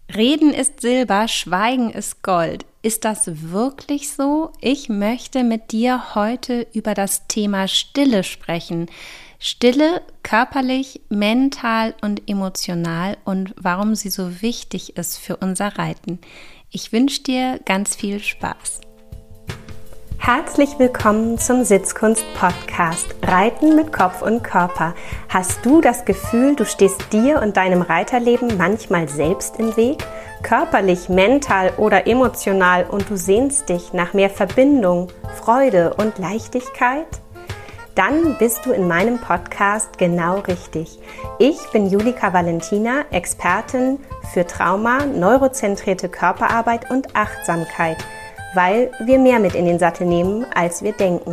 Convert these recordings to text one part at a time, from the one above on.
Reden ist Silber, Schweigen ist Gold. Ist das wirklich so? Ich möchte mit dir heute über das Thema Stille sprechen. Stille körperlich, mental und emotional und warum sie so wichtig ist für unser Reiten. Ich wünsche dir ganz viel Spaß. Herzlich willkommen zum Sitzkunst-Podcast Reiten mit Kopf und Körper. Hast du das Gefühl, du stehst dir und deinem Reiterleben manchmal selbst im Weg? Körperlich, mental oder emotional und du sehnst dich nach mehr Verbindung, Freude und Leichtigkeit? Dann bist du in meinem Podcast genau richtig. Ich bin Julika Valentina, Expertin für Trauma, neurozentrierte Körperarbeit und Achtsamkeit, weil wir mehr mit in den Sattel nehmen, als wir denken.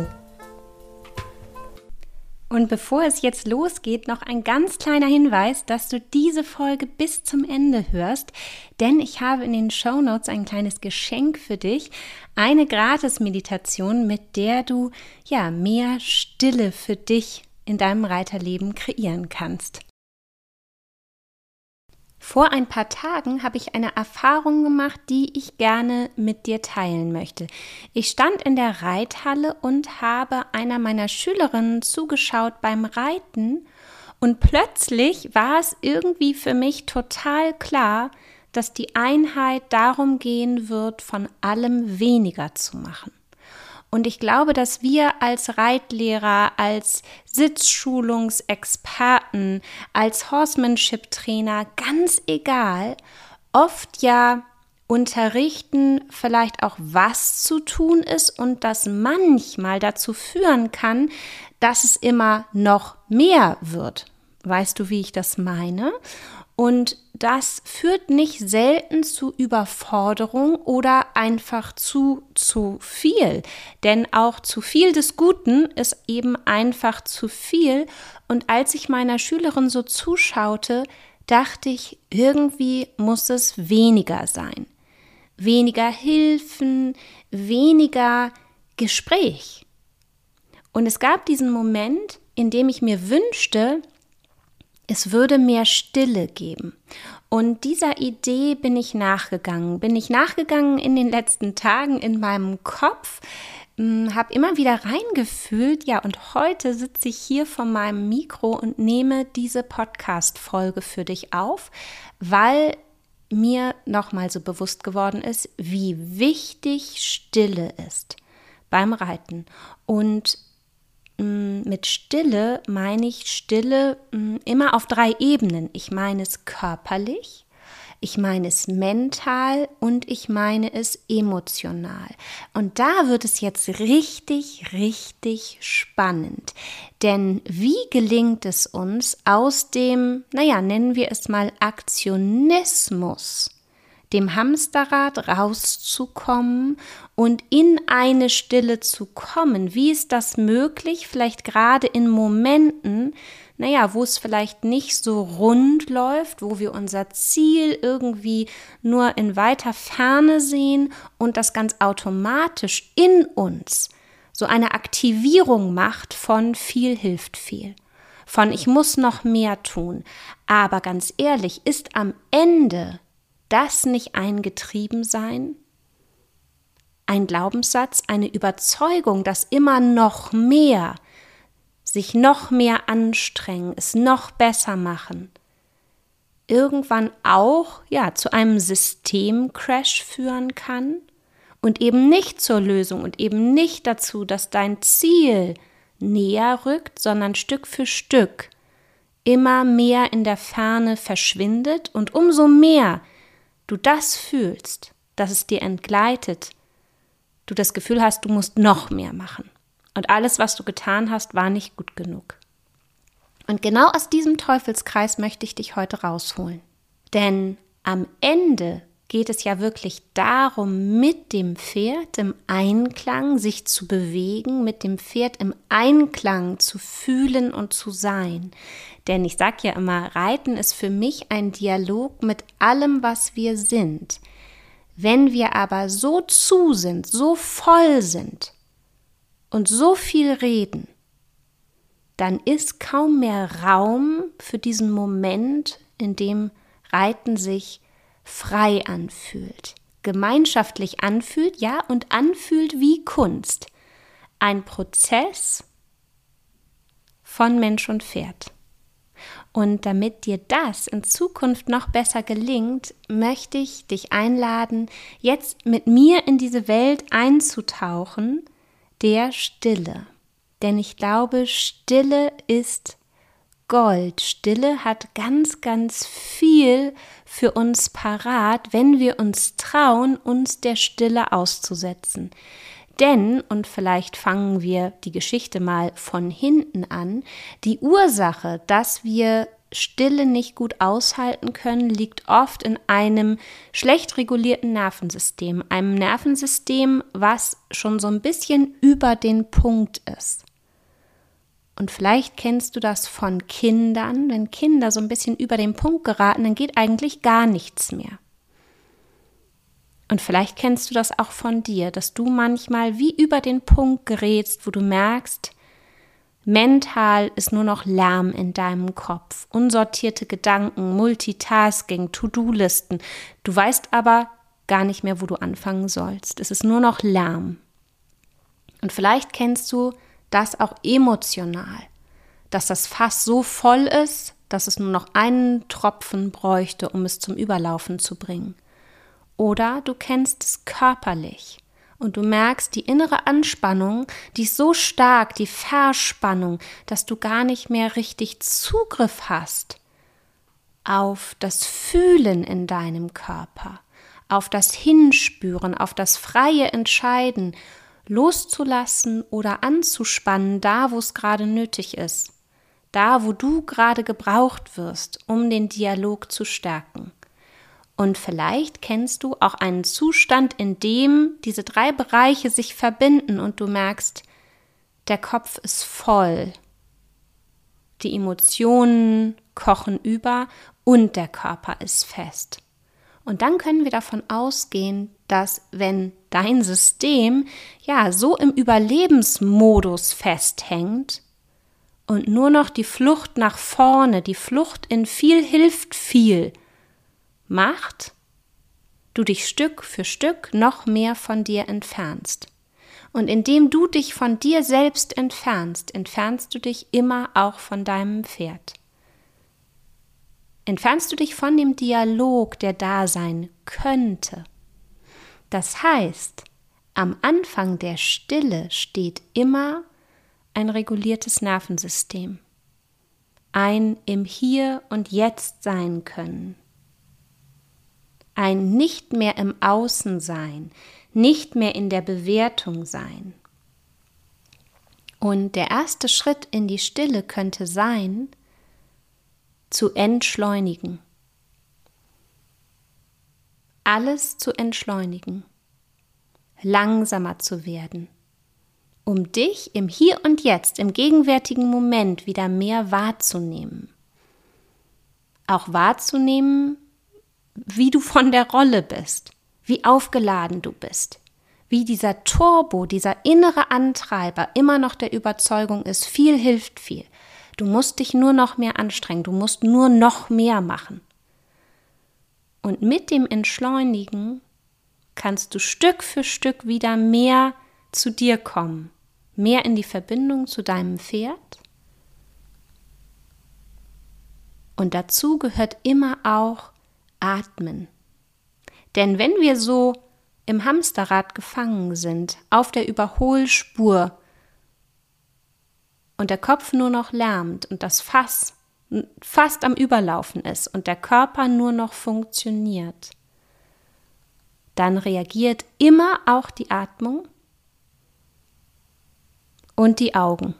Und bevor es jetzt losgeht, noch ein ganz kleiner Hinweis, dass du diese Folge bis zum Ende hörst, denn ich habe in den Shownotes ein kleines Geschenk für dich, eine Gratis-Meditation, mit der du mehr Stille für dich in deinem Reiterleben kreieren kannst. Vor ein paar Tagen habe ich eine Erfahrung gemacht, die ich gerne mit dir teilen möchte. Ich stand in der Reithalle und habe einer meiner Schülerinnen zugeschaut beim Reiten und plötzlich war es irgendwie für mich total klar, dass die Einheit darum gehen wird, von allem weniger zu machen. Und ich glaube, dass wir als Reitlehrer, als Sitzschulungsexperten, als Horsemanship-Trainer, ganz egal, oft unterrichten, vielleicht auch was zu tun ist und das manchmal dazu führen kann, dass es immer noch mehr wird. Weißt du, wie ich das meine? Und das führt nicht selten zu Überforderung oder einfach zu viel. Denn auch zu viel des Guten ist eben einfach zu viel. Und als ich meiner Schülerin so zuschaute, dachte ich, irgendwie muss es weniger sein. Weniger Hilfen, weniger Gespräch. Und es gab diesen Moment, in dem ich mir wünschte, es würde mehr Stille geben. Und dieser Idee bin ich nachgegangen in den letzten Tagen in meinem Kopf, habe immer wieder reingefühlt, und heute sitze ich hier vor meinem Mikro und nehme diese Podcast-Folge für dich auf, weil mir nochmal so bewusst geworden ist, wie wichtig Stille ist beim Reiten. Und mit Stille meine ich Stille immer auf 3 Ebenen. Ich meine es körperlich, ich meine es mental und ich meine es emotional. Und da wird es jetzt richtig, richtig spannend. Denn wie gelingt es uns aus dem, nennen wir es mal Aktionismus, dem Hamsterrad rauszukommen und in eine Stille zu kommen? Wie ist das möglich? Vielleicht gerade in Momenten, wo es vielleicht nicht so rund läuft, wo wir unser Ziel irgendwie nur in weiter Ferne sehen und das ganz automatisch in uns so eine Aktivierung macht von viel hilft viel. Von ich muss noch mehr tun. Aber ganz ehrlich, ist am Ende das nicht ein Getriebensein? Ein Glaubenssatz, eine Überzeugung, dass immer noch mehr, sich noch mehr anstrengen, es noch besser machen, irgendwann auch zu einem Systemcrash führen kann und eben nicht zur Lösung und eben nicht dazu, dass dein Ziel näher rückt, sondern Stück für Stück immer mehr in der Ferne verschwindet und umso mehr du das fühlst, dass es dir entgleitet, du das Gefühl hast, du musst noch mehr machen. Und alles, was du getan hast, war nicht gut genug. Und genau aus diesem Teufelskreis möchte ich dich heute rausholen. Denn am Ende geht es ja wirklich darum, mit dem Pferd im Einklang sich zu bewegen, mit dem Pferd im Einklang zu fühlen und zu sein. Denn ich sage ja immer, Reiten ist für mich ein Dialog mit allem, was wir sind. Wenn wir aber so zu sind, so voll sind und so viel reden, dann ist kaum mehr Raum für diesen Moment, in dem Reiten sich frei anfühlt, gemeinschaftlich anfühlt, ja, und anfühlt wie Kunst. Ein Prozess von Mensch und Pferd. Und damit dir das in Zukunft noch besser gelingt, möchte ich dich einladen, jetzt mit mir in diese Welt einzutauchen, der Stille. Denn ich glaube, Stille ist Gold. Stille hat ganz, ganz viel für uns parat, wenn wir uns trauen, uns der Stille auszusetzen. Denn, und vielleicht fangen wir die Geschichte mal von hinten an, die Ursache, dass wir Stille nicht gut aushalten können, liegt oft in einem schlecht regulierten Nervensystem. Einem Nervensystem, was schon so ein bisschen über den Punkt ist. Und vielleicht kennst du das von Kindern. Wenn Kinder so ein bisschen über den Punkt geraten, dann geht eigentlich gar nichts mehr. Und vielleicht kennst du das auch von dir, dass du manchmal wie über den Punkt gerätst, wo du merkst, mental ist nur noch Lärm in deinem Kopf, unsortierte Gedanken, Multitasking, To-Do-Listen. Du weißt aber gar nicht mehr, wo du anfangen sollst. Es ist nur noch Lärm. Und vielleicht kennst du das auch emotional, dass das Fass so voll ist, dass es nur noch einen Tropfen bräuchte, um es zum Überlaufen zu bringen. Oder du kennst es körperlich und du merkst die innere Anspannung, die ist so stark, die Verspannung, dass du gar nicht mehr richtig Zugriff hast auf das Fühlen in deinem Körper, auf das Hinspüren, auf das freie Entscheiden, loszulassen oder anzuspannen, da wo es gerade nötig ist, da wo du gerade gebraucht wirst, um den Dialog zu stärken. Und vielleicht kennst du auch einen Zustand, in dem diese 3 Bereiche sich verbinden und du merkst, der Kopf ist voll, die Emotionen kochen über und der Körper ist fest. Und dann können wir davon ausgehen, dass wenn dein System ja so im Überlebensmodus festhängt und nur noch die Flucht nach vorne, die Flucht in viel hilft viel macht, du dich Stück für Stück noch mehr von dir entfernst. Und indem du dich von dir selbst entfernst, entfernst du dich immer auch von deinem Pferd. Entfernst du dich von dem Dialog, der da sein könnte. Das heißt, am Anfang der Stille steht immer ein reguliertes Nervensystem. Ein im Hier und Jetzt sein können. Ein nicht mehr im Außen sein, nicht mehr in der Bewertung sein. Und der erste Schritt in die Stille könnte sein, zu entschleunigen. Alles zu entschleunigen, langsamer zu werden, um dich im Hier und Jetzt, im gegenwärtigen Moment wieder mehr wahrzunehmen. Auch wahrzunehmen, wie du von der Rolle bist, wie aufgeladen du bist, wie dieser Turbo, dieser innere Antreiber immer noch der Überzeugung ist, viel hilft viel. Du musst dich nur noch mehr anstrengen, du musst nur noch mehr machen. Und mit dem Entschleunigen kannst du Stück für Stück wieder mehr zu dir kommen, mehr in die Verbindung zu deinem Pferd. Und dazu gehört immer auch Atmen. Denn wenn wir so im Hamsterrad gefangen sind, auf der Überholspur und der Kopf nur noch lärmt und das Fass fast am Überlaufen ist und der Körper nur noch funktioniert, dann reagiert immer auch die Atmung und die Augen.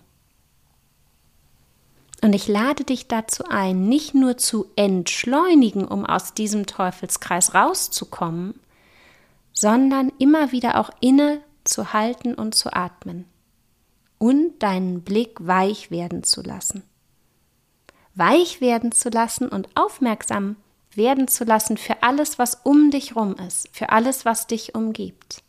Und ich lade dich dazu ein, nicht nur zu entschleunigen, um aus diesem Teufelskreis rauszukommen, sondern immer wieder auch innezuhalten und zu atmen und deinen Blick weich werden zu lassen. Weich werden zu lassen und aufmerksam werden zu lassen für alles, was um dich rum ist, für alles, was dich umgibt.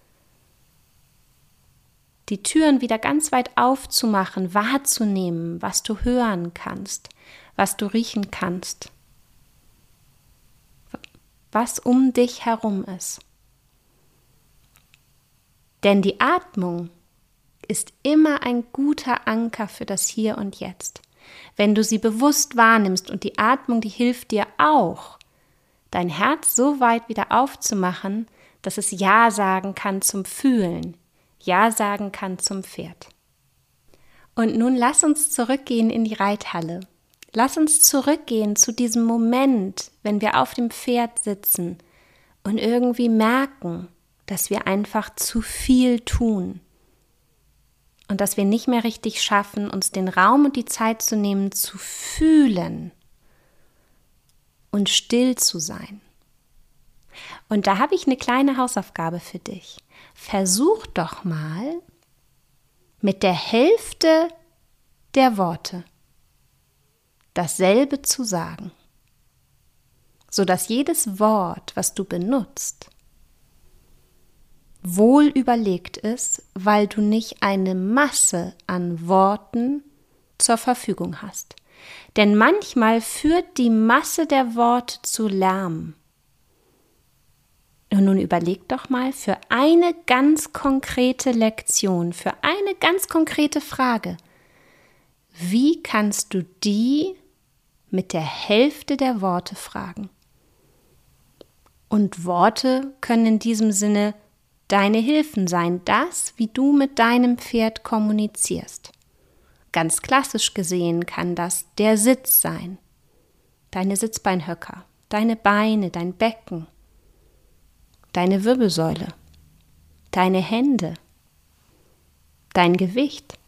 Die Türen wieder ganz weit aufzumachen, wahrzunehmen, was du hören kannst, was du riechen kannst, was um dich herum ist. Denn die Atmung ist immer ein guter Anker für das Hier und Jetzt. Wenn du sie bewusst wahrnimmst und die Atmung, die hilft dir auch, dein Herz so weit wieder aufzumachen, dass es Ja sagen kann zum Fühlen, Ja sagen kann zum Pferd. Und nun lass uns zurückgehen in die Reithalle. Lass uns zurückgehen zu diesem Moment, wenn wir auf dem Pferd sitzen und irgendwie merken, dass wir einfach zu viel tun und dass wir nicht mehr richtig schaffen, uns den Raum und die Zeit zu nehmen, zu fühlen und still zu sein. Und da habe ich eine kleine Hausaufgabe für dich. Versuch doch mal mit der Hälfte der Worte dasselbe zu sagen, sodass jedes Wort, was du benutzt, wohl überlegt ist, weil du nicht eine Masse an Worten zur Verfügung hast. Denn manchmal führt die Masse der Worte zu Lärm. Und nun überleg doch mal für eine ganz konkrete Lektion, für eine ganz konkrete Frage, wie kannst du die mit der Hälfte der Worte fragen? Und Worte können in diesem Sinne deine Hilfen sein, das, wie du mit deinem Pferd kommunizierst. Ganz klassisch gesehen kann das der Sitz sein, deine Sitzbeinhöcker, deine Beine, dein Becken, deine Wirbelsäule, deine Hände, dein Gewicht.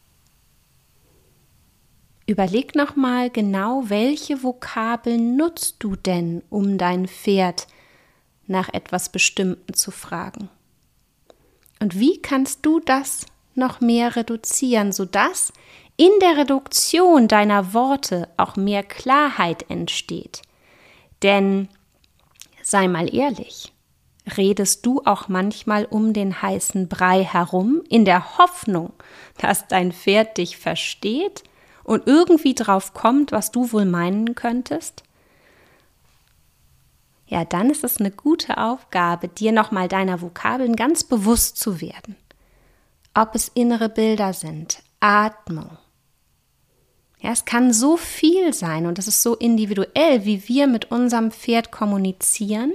Überleg nochmal genau, welche Vokabeln nutzt du denn, um dein Pferd nach etwas Bestimmtem zu fragen? Und wie kannst du das noch mehr reduzieren, sodass in der Reduktion deiner Worte auch mehr Klarheit entsteht? Denn, sei mal ehrlich, redest du auch manchmal um den heißen Brei herum, in der Hoffnung, dass dein Pferd dich versteht und irgendwie drauf kommt, was du wohl meinen könntest? Ja, dann ist es eine gute Aufgabe, dir nochmal deiner Vokabeln ganz bewusst zu werden. Ob es innere Bilder sind, Atmung. Ja, es kann so viel sein und es ist so individuell, wie wir mit unserem Pferd kommunizieren,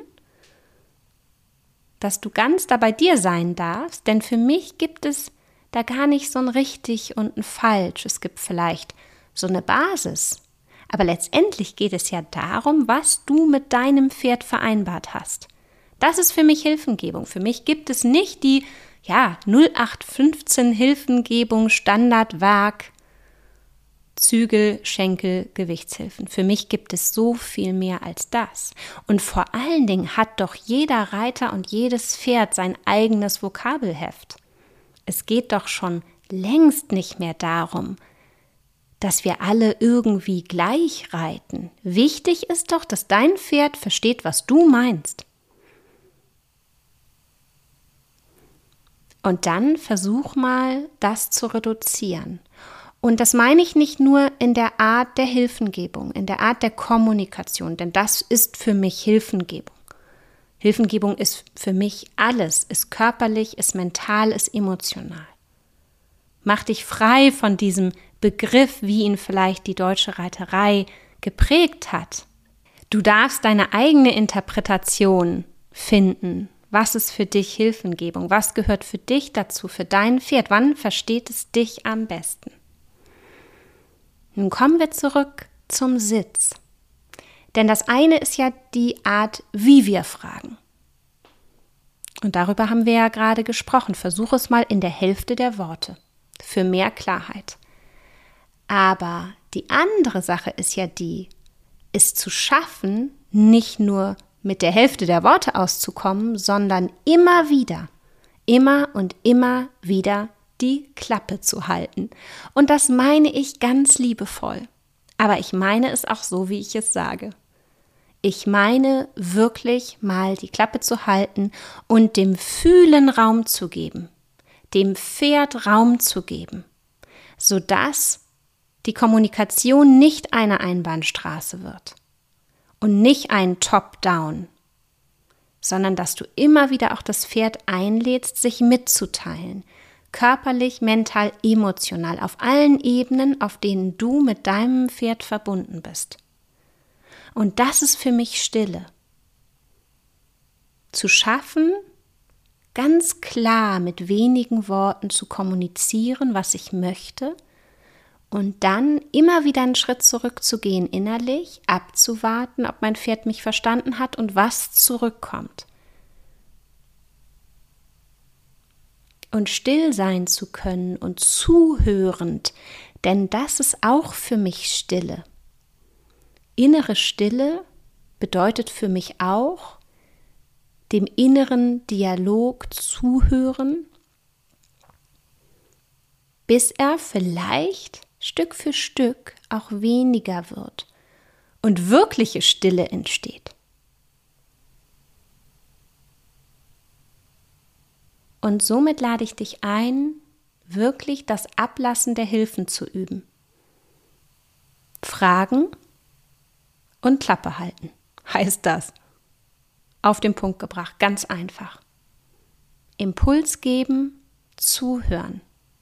dass du ganz da bei dir sein darfst, denn für mich gibt es da gar nicht so ein richtig und ein falsch. Es gibt vielleicht so eine Basis. Aber letztendlich geht es ja darum, was du mit deinem Pferd vereinbart hast. Das ist für mich Hilfengebung. Für mich gibt es nicht die 0815 Hilfengebung, Standardwerk, Zügel, Schenkel, Gewichtshilfen. Für mich gibt es so viel mehr als das. Und vor allen Dingen hat doch jeder Reiter und jedes Pferd sein eigenes Vokabelheft. Es geht doch schon längst nicht mehr darum, dass wir alle irgendwie gleich reiten. Wichtig ist doch, dass dein Pferd versteht, was du meinst. Und dann versuch mal, das zu reduzieren. Und das meine ich nicht nur in der Art der Hilfengebung, in der Art der Kommunikation, denn das ist für mich Hilfengebung. Hilfengebung ist für mich alles, ist körperlich, ist mental, ist emotional. Mach dich frei von diesem Begriff, wie ihn vielleicht die deutsche Reiterei geprägt hat. Du darfst deine eigene Interpretation finden. Was ist für dich Hilfengebung? Was gehört für dich dazu, für dein Pferd? Wann versteht es dich am besten? Nun kommen wir zurück zum Sitz. Denn das eine ist ja die Art, wie wir fragen. Und darüber haben wir ja gerade gesprochen. Versuche es mal in der Hälfte der Worte für mehr Klarheit. Aber die andere Sache ist ja die, es zu schaffen, nicht nur mit der Hälfte der Worte auszukommen, sondern immer und immer wieder die Klappe zu halten. Und das meine ich ganz liebevoll. Aber ich meine es auch so, wie ich es sage. Ich meine wirklich mal die Klappe zu halten und dem Fühlen Raum zu geben, dem Pferd Raum zu geben, sodass die Kommunikation nicht eine Einbahnstraße wird und nicht ein Top-Down, sondern dass du immer wieder auch das Pferd einlädst, sich mitzuteilen. Körperlich, mental, emotional, auf allen Ebenen, auf denen du mit deinem Pferd verbunden bist. Und das ist für mich Stille. Zu schaffen, ganz klar mit wenigen Worten zu kommunizieren, was ich möchte, und dann immer wieder einen Schritt zurückzugehen innerlich, abzuwarten, ob mein Pferd mich verstanden hat und was zurückkommt. Und still sein zu können und zuhörend, denn das ist auch für mich Stille. Innere Stille bedeutet für mich auch, dem inneren Dialog zuhören, bis er vielleicht Stück für Stück auch weniger wird und wirkliche Stille entsteht. Und somit lade ich dich ein, wirklich das Ablassen der Hilfen zu üben. Fragen und Klappe halten, heißt das. Auf den Punkt gebracht, ganz einfach. Impuls geben, zuhören.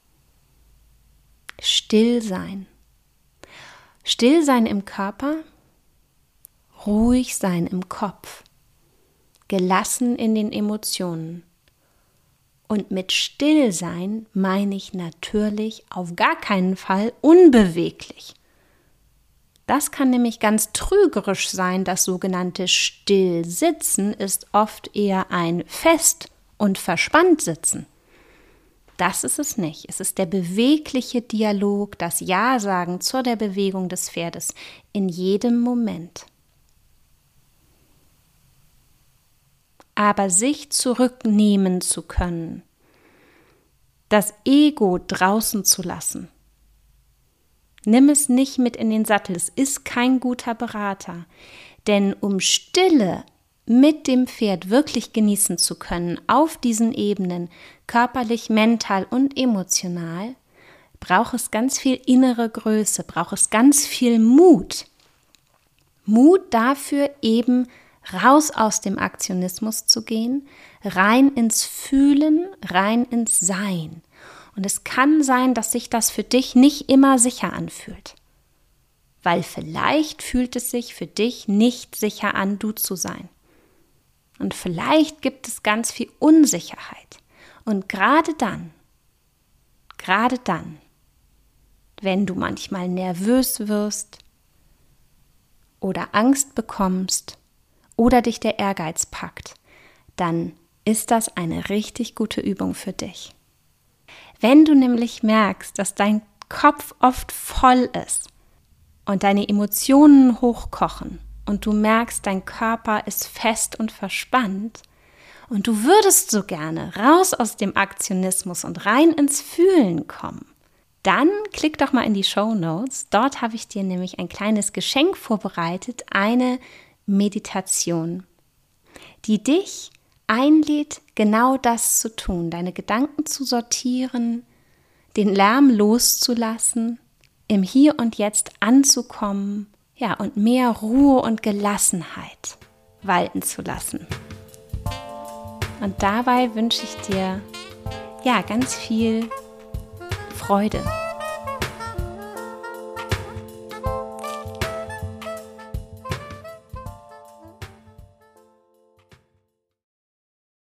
Still sein. Still sein im Körper, ruhig sein im Kopf, gelassen in den Emotionen. Und mit still sein meine ich natürlich auf gar keinen Fall unbeweglich. Das kann nämlich ganz trügerisch sein. Das sogenannte Stillsitzen ist oft eher ein Fest- und Verspannt-Sitzen. Das ist es nicht. Es ist der bewegliche Dialog, das Ja-Sagen zu der Bewegung des Pferdes in jedem Moment. Aber sich zurücknehmen zu können, das Ego draußen zu lassen. Nimm es nicht mit in den Sattel, es ist kein guter Berater. Denn um Stille mit dem Pferd wirklich genießen zu können, auf diesen Ebenen, körperlich, mental und emotional, braucht es ganz viel innere Größe, braucht es ganz viel Mut. Mut dafür, eben raus aus dem Aktionismus zu gehen, rein ins Fühlen, rein ins Sein. Und es kann sein, dass sich das für dich nicht immer sicher anfühlt. Weil vielleicht fühlt es sich für dich nicht sicher an, du zu sein. Und vielleicht gibt es ganz viel Unsicherheit. Und gerade dann, wenn du manchmal nervös wirst oder Angst bekommst oder dich der Ehrgeiz packt, dann ist das eine richtig gute Übung für dich. Wenn du nämlich merkst, dass dein Kopf oft voll ist und deine Emotionen hochkochen und du merkst, dein Körper ist fest und verspannt und du würdest so gerne raus aus dem Aktionismus und rein ins Fühlen kommen, dann klick doch mal in die Shownotes. Dort habe ich dir nämlich ein kleines Geschenk vorbereitet, eine Meditation, die dich einlädt, genau das zu tun, deine Gedanken zu sortieren, den Lärm loszulassen, im Hier und Jetzt anzukommen, ja, und mehr Ruhe und Gelassenheit walten zu lassen. Und dabei wünsche ich dir, ja, ganz viel Freude.